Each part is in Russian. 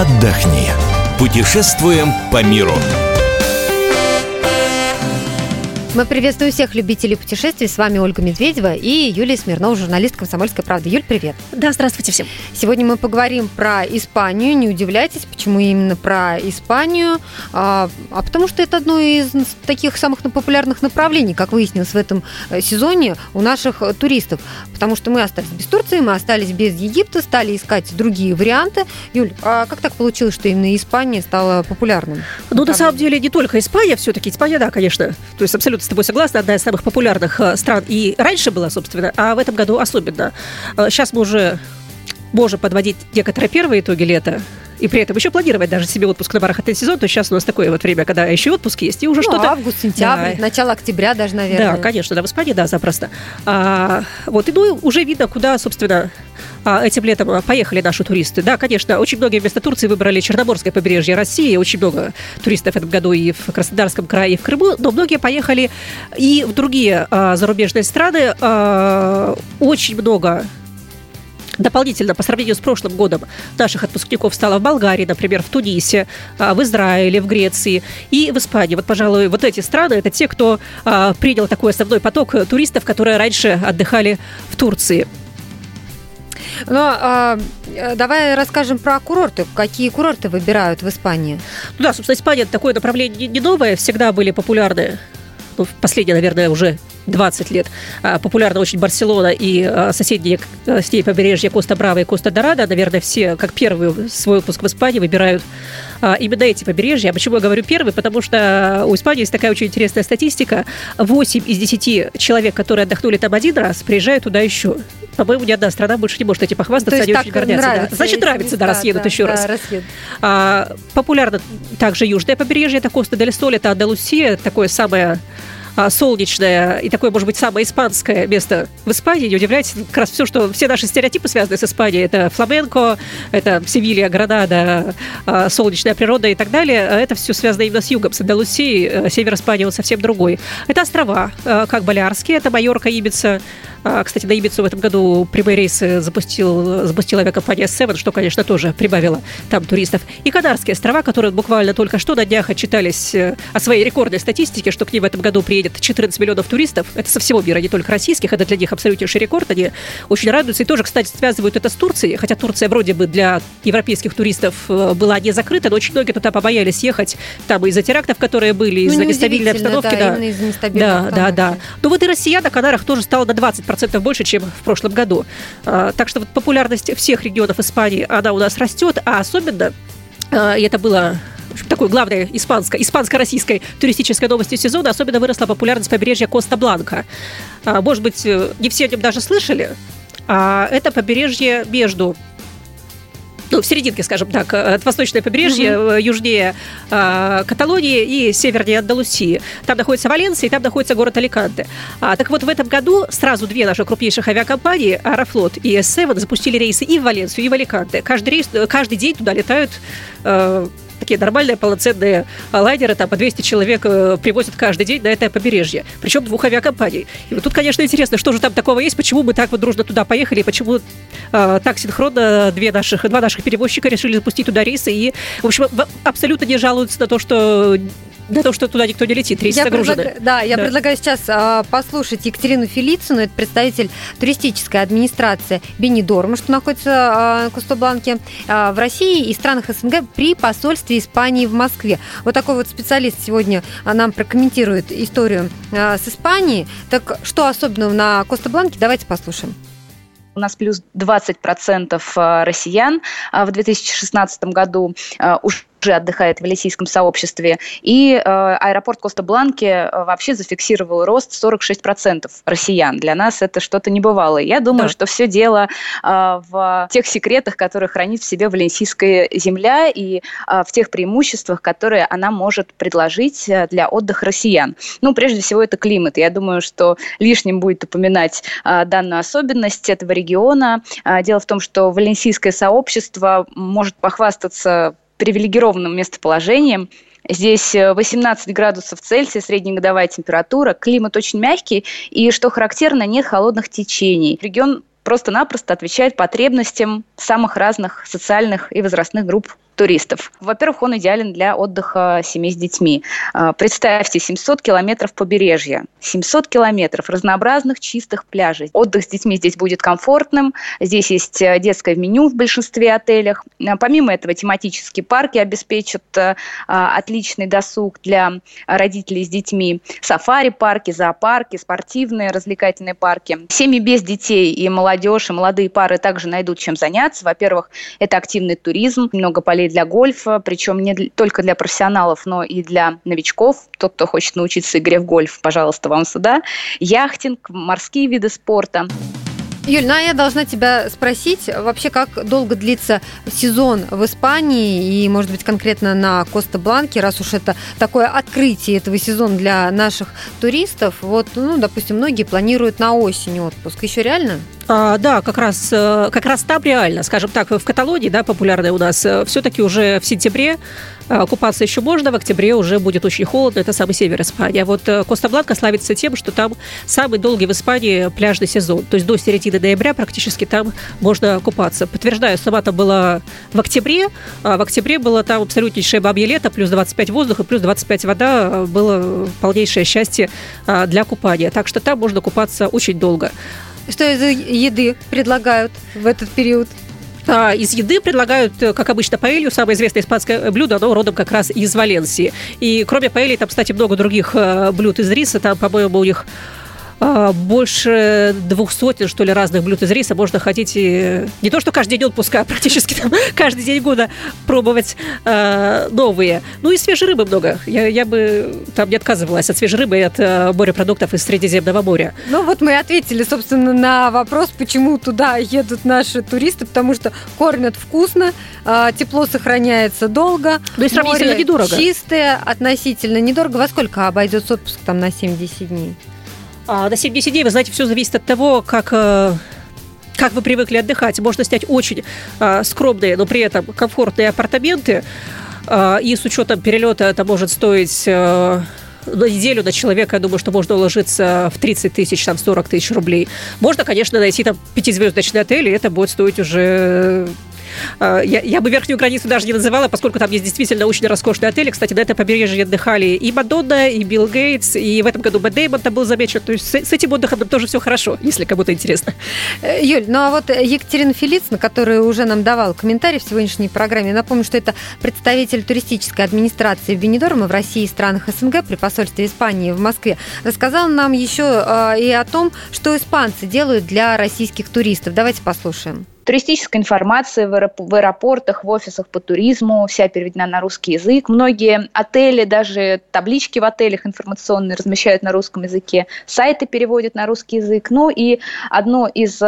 отдохни. Путешествуем по миру. Мы приветствуем всех любителей путешествий. С вами Ольга Медведева и Юлия Смирнова, журналист «Комсомольской правды». Юль, привет. Да, здравствуйте всем. Сегодня мы поговорим про Испанию. Не удивляйтесь, почему именно про Испанию. Потому что это одно из таких самых популярных направлений, как выяснилось в этом сезоне, у наших туристов. Потому что мы остались без Турции, мы остались без Египта, стали искать другие варианты. Юль, а как так получилось, что именно Испания стала популярным? Ну, на самом деле, не только Испания, все-таки Испания, да, конечно. То есть абсолютно с тобой согласна, одна из самых популярных стран. И раньше была, собственно, а в этом году особенно. Сейчас мы уже можем подводить некоторые первые итоги лета. И при этом еще планировать даже себе отпуск на бархатный сезон, то сейчас у нас такое вот время, когда еще отпуск есть, и уже что-то... август, сентябрь, начало октября даже, наверное. Да, конечно, да, в Испании, да, запросто. И уже видно, куда, собственно, этим летом поехали наши туристы. Да, конечно, очень многие вместо Турции выбрали Черноморское побережье России, очень много туристов в этом году и в Краснодарском крае, и в Крыму, но многие поехали и в другие зарубежные страны. Очень много дополнительно по сравнению с прошлым годом наших отпускников стало в Болгарии, например, в Тунисе, в Израиле, в Греции и в Испании. Вот, пожалуй, вот эти страны – это те, кто принял такой основной поток туристов, которые раньше отдыхали в Турции. Но давай расскажем про курорты. Какие курорты выбирают в Испании? Ну да, собственно, Испания – такое направление не новое, всегда были популярны. В последние, наверное, уже 20 лет популярна очень Барселона и соседние с ней побережья Коста-Брава и Коста-Дорадо. Наверное, все, как первый свой отпуск в Испании, выбирают именно эти побережья. А почему я говорю первый? Потому что у Испании есть такая очень интересная статистика. 8 из 10 человек, которые отдохнули там один раз, приезжают туда еще. По-моему, ни одна страна больше не может этим похвастаться, они очень гордятся. Да. Значит, нравится, да, раз едут еще раз. Популярно также южное побережье, это Коста-дель-Соль, это Андалусия, такое самое солнечное и такое, может быть, самое испанское место в Испании. Не удивляйтесь, как раз все наши стереотипы, связанные с Испанией, это фламенко, это Севилья, Гранада, солнечная природа и так далее, это все связано именно с югом, с Андалусией, север Испании, он совсем другой. Это острова, как Балеарские, это Майорка, Ибица. Кстати, на Ибицу в этом году прямые рейсы запустила авиакомпания Seven, что, конечно, тоже прибавило там туристов. И Канарские острова, которые буквально только что на днях отчитались о своей рекордной статистике, что к ним в этом году приедет 14 миллионов туристов. Это со всего мира, не только российских. Это для них абсолютнейший рекорд. Они очень радуются. И тоже, кстати, связывают это с Турцией. Хотя Турция вроде бы для европейских туристов была не закрыта, но очень многие туда побоялись ехать. Там из-за терактов, которые были, из-за нестабильной обстановки. Да, именно из-за нестабильной обстановки. Да. Но вот и Россия на Канарах тоже стала на 20% больше, чем в прошлом году. Так что вот популярность всех регионов Испании, она у нас растет, а особенно, и это было такой главной испанско-российской туристической новостью сезона, особенно выросла популярность побережья Коста-Бланка. Может быть, не все о нем даже слышали, это побережье между... в серединке, скажем так, от восточное побережье, южнее Каталонии и севернее Андалусии. Там находится Валенсия, и там находится город Аликанте. Так вот, в этом году сразу две наших крупнейших авиакомпании, Аэрофлот и S7, запустили рейсы и в Валенсию, и в Аликанте. Каждый день туда летают такие нормальные полноценные лайнеры, там по 200 человек привозят каждый день на это побережье. Причем двух авиакомпаний. И вот тут, конечно, интересно, что же там такого есть, почему мы так вот дружно туда поехали, и почему так синхронно два наших перевозчика решили запустить туда рейсы. И, в общем, абсолютно не жалуются на то, что туда никто не летит, рейсы загружены. Я предлагаю сейчас послушать Екатерину Фелицину, это представитель туристической администрации Бенидорма, что находится на Коста-Бланке, в России и странах СНГ при посольстве Испании в Москве. Вот такой вот специалист сегодня нам прокомментирует историю с Испанией. Так что особенного на Коста-Бланке? Давайте послушаем. У нас плюс 20% россиян в 2016 году уже отдыхает в валенсийском сообществе. И аэропорт Коста-Бланки вообще зафиксировал рост 46% россиян. Для нас это что-то небывалое. Я думаю, что все дело в тех секретах, которые хранит в себе валенсийская земля, и в тех преимуществах, которые она может предложить для отдыха россиян. Прежде всего, это климат. Я думаю, что лишним будет упоминать данную особенность этого региона. Дело в том, что валенсийское сообщество может похвастаться привилегированным местоположением. Здесь 18 градусов Цельсия, среднегодовая температура, климат очень мягкий, и, что характерно, нет холодных течений. Регион просто-напросто отвечает потребностям самых разных социальных и возрастных групп туристов. Во-первых, он идеален для отдыха семей с детьми. Представьте, 700 километров побережья, 700 километров разнообразных чистых пляжей. Отдых с детьми здесь будет комфортным. Здесь есть детское меню в большинстве отелях. Помимо этого, тематические парки обеспечат отличный досуг для родителей с детьми. Сафари-парки, зоопарки, спортивные, развлекательные парки. Семьи без детей и молодежь, и молодые пары также найдут чем заняться. Во-первых, это активный туризм, много полей для гольфа, причем не только для профессионалов, но и для новичков. Тот, кто хочет научиться игре в гольф, пожалуйста, вам сюда. Яхтинг, морские виды спорта. Юль, ну а я должна тебя спросить, вообще, как долго длится сезон в Испании и, может быть, конкретно на Коста-Бланке, раз уж это такое открытие этого сезона для наших туристов. Вот, ну, допустим, многие планируют на осень отпуск. Еще реально? Да, как раз там реально, скажем так, в Каталонии, да, популярная у нас, все-таки уже в сентябре купаться еще можно, в октябре уже будет очень холодно, это самый север Испании. А вот Коста-Бланка славится тем, что там самый долгий в Испании пляжный сезон, то есть до середины ноября практически там можно купаться. Подтверждаю, сама там была в октябре было там абсолютнейшее бабье лето, плюс 25 воздуха, плюс 25 вода, было полнейшее счастье для купания, так что там можно купаться очень долго. Что из еды предлагают в этот период? Из еды предлагают, как обычно, паэлью, самое известное испанское блюдо, оно родом как раз из Валенсии. И кроме паэльи, там, кстати, много других блюд из риса, там, по-моему, у них больше 200, что ли, разных блюд из риса. Можно ходить и не то, что каждый день отпуска, а практически там, каждый день года пробовать новые. Ну и свежей рыбы много. Я бы там не отказывалась от свежей рыбы и от морепродуктов из Средиземного моря. Ну вот мы ответили, собственно, на вопрос, почему туда едут наши туристы, потому что кормят вкусно, тепло сохраняется долго. Ну и сравнительно недорого. Чистое, относительно недорого. Во сколько обойдется отпуск там на 7-10 дней? На 7-10 дней, вы знаете, все зависит от того, как вы привыкли отдыхать. Можно снять очень скромные, но при этом комфортные апартаменты. И с учетом перелета это может стоить на неделю на человека, я думаю, что можно уложиться в 30 тысяч, там, 40 тысяч рублей. Можно, конечно, найти там 5-звездочный отель, и это будет стоить уже... Я бы верхнюю границу даже не называла, поскольку там есть действительно очень роскошные отели. Кстати, на этом побережье отдыхали и Мадонна, и Билл Гейтс, и в этом году Мэтт Дэймон там был замечен. То есть с этим отдыхом там тоже все хорошо, если кому-то интересно. Юль, ну а вот Екатерина Фелицина, которая уже нам давала комментарий в сегодняшней программе, напомню, что это представитель туристической администрации Бенидорма в России и странах СНГ при посольстве Испании в Москве, рассказала нам еще и о том, что испанцы делают для российских туристов. Давайте послушаем. Туристическая информация в аэропортах, в офисах по туризму, вся переведена на русский язык. Многие отели, даже таблички в отелях информационные размещают на русском языке, сайты переводят на русский язык. Ну и один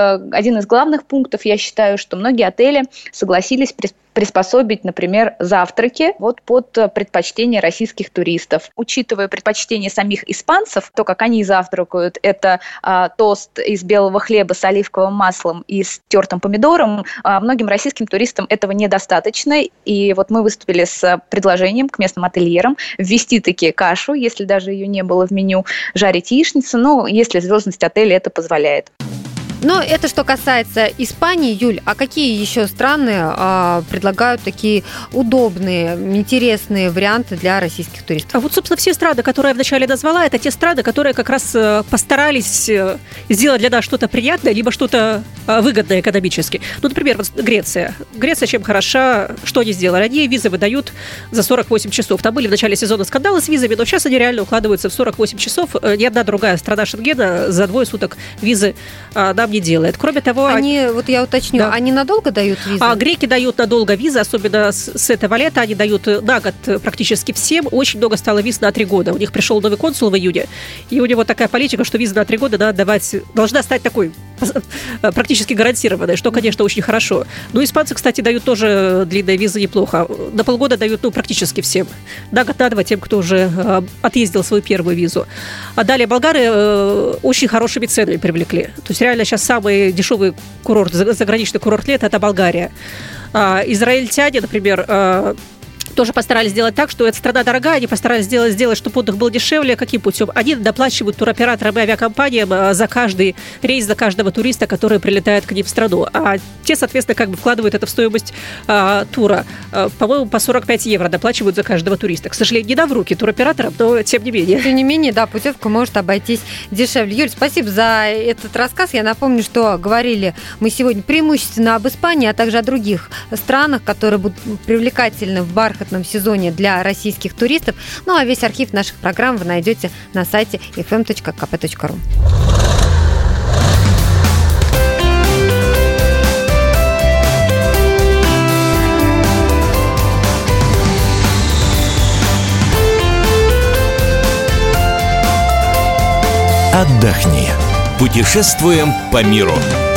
из главных пунктов, я считаю, что многие отели согласились приспособить, например, завтраки вот под предпочтение российских туристов. Учитывая предпочтение самих испанцев, то, как они завтракают, это тост из белого хлеба с оливковым маслом и с тертым помидором, многим российским туристам этого недостаточно. И вот мы выступили с предложением к местным ательерам ввести таки кашу, если даже ее не было в меню, жарить яичницу, но если звездность отеля это позволяет. Но это что касается Испании, Юль, а какие еще страны предлагают такие удобные, интересные варианты для российских туристов? А вот, собственно, все страны, которые я вначале назвала, это те страны, которые как раз постарались сделать для нас что-то приятное, либо что-то выгодное экономически. Ну, например, вот Греция. Греция чем хороша, что они сделали? Они визы выдают за 48 часов. Там были в начале сезона скандалы с визами, но сейчас они реально укладываются в 48 часов. Ни одна другая страна Шенгена за 2 суток визы нам не делает. Кроме того... Вот я уточню, да. Они надолго дают визы? Греки дают надолго визы, особенно с этого лета. Они дают на год практически всем. Очень много стало виз на 3 года. У них пришел новый консул в июне, и у него такая политика, что виза на 3 года надо давать, должна стать такой практически гарантированной, что, конечно, очень хорошо. Но испанцы, кстати, дают тоже длинные визы неплохо. На полгода дают, практически всем. На год на 2 тем, кто уже отъездил свою первую визу. А далее болгары очень хорошими ценами привлекли. То есть реально сейчас самый дешевый курорт, заграничный курорт лета – это Болгария. Израильтяне, например, тоже постарались сделать так, что эта страна дорогая, они постарались сделать, чтобы отдых был дешевле. Каким путем? Они доплачивают туроператорам и авиакомпаниям за каждый рейс, за каждого туриста, который прилетает к ним в страну. А те, соответственно, вкладывают это в стоимость тура. по-моему, по 45 евро доплачивают за каждого туриста. К сожалению, не дам в руки туроператорам, но тем не менее. Тем не менее, да, путевка может обойтись дешевле. Юль, спасибо за этот рассказ. Я напомню, что говорили мы сегодня преимущественно об Испании, а также о других странах, которые будут привлекательны в бархатном сезоне для российских туристов. Ну а весь архив наших программ вы найдете на сайте fm.kp.ru. Отдохни. Путешествуем по миру.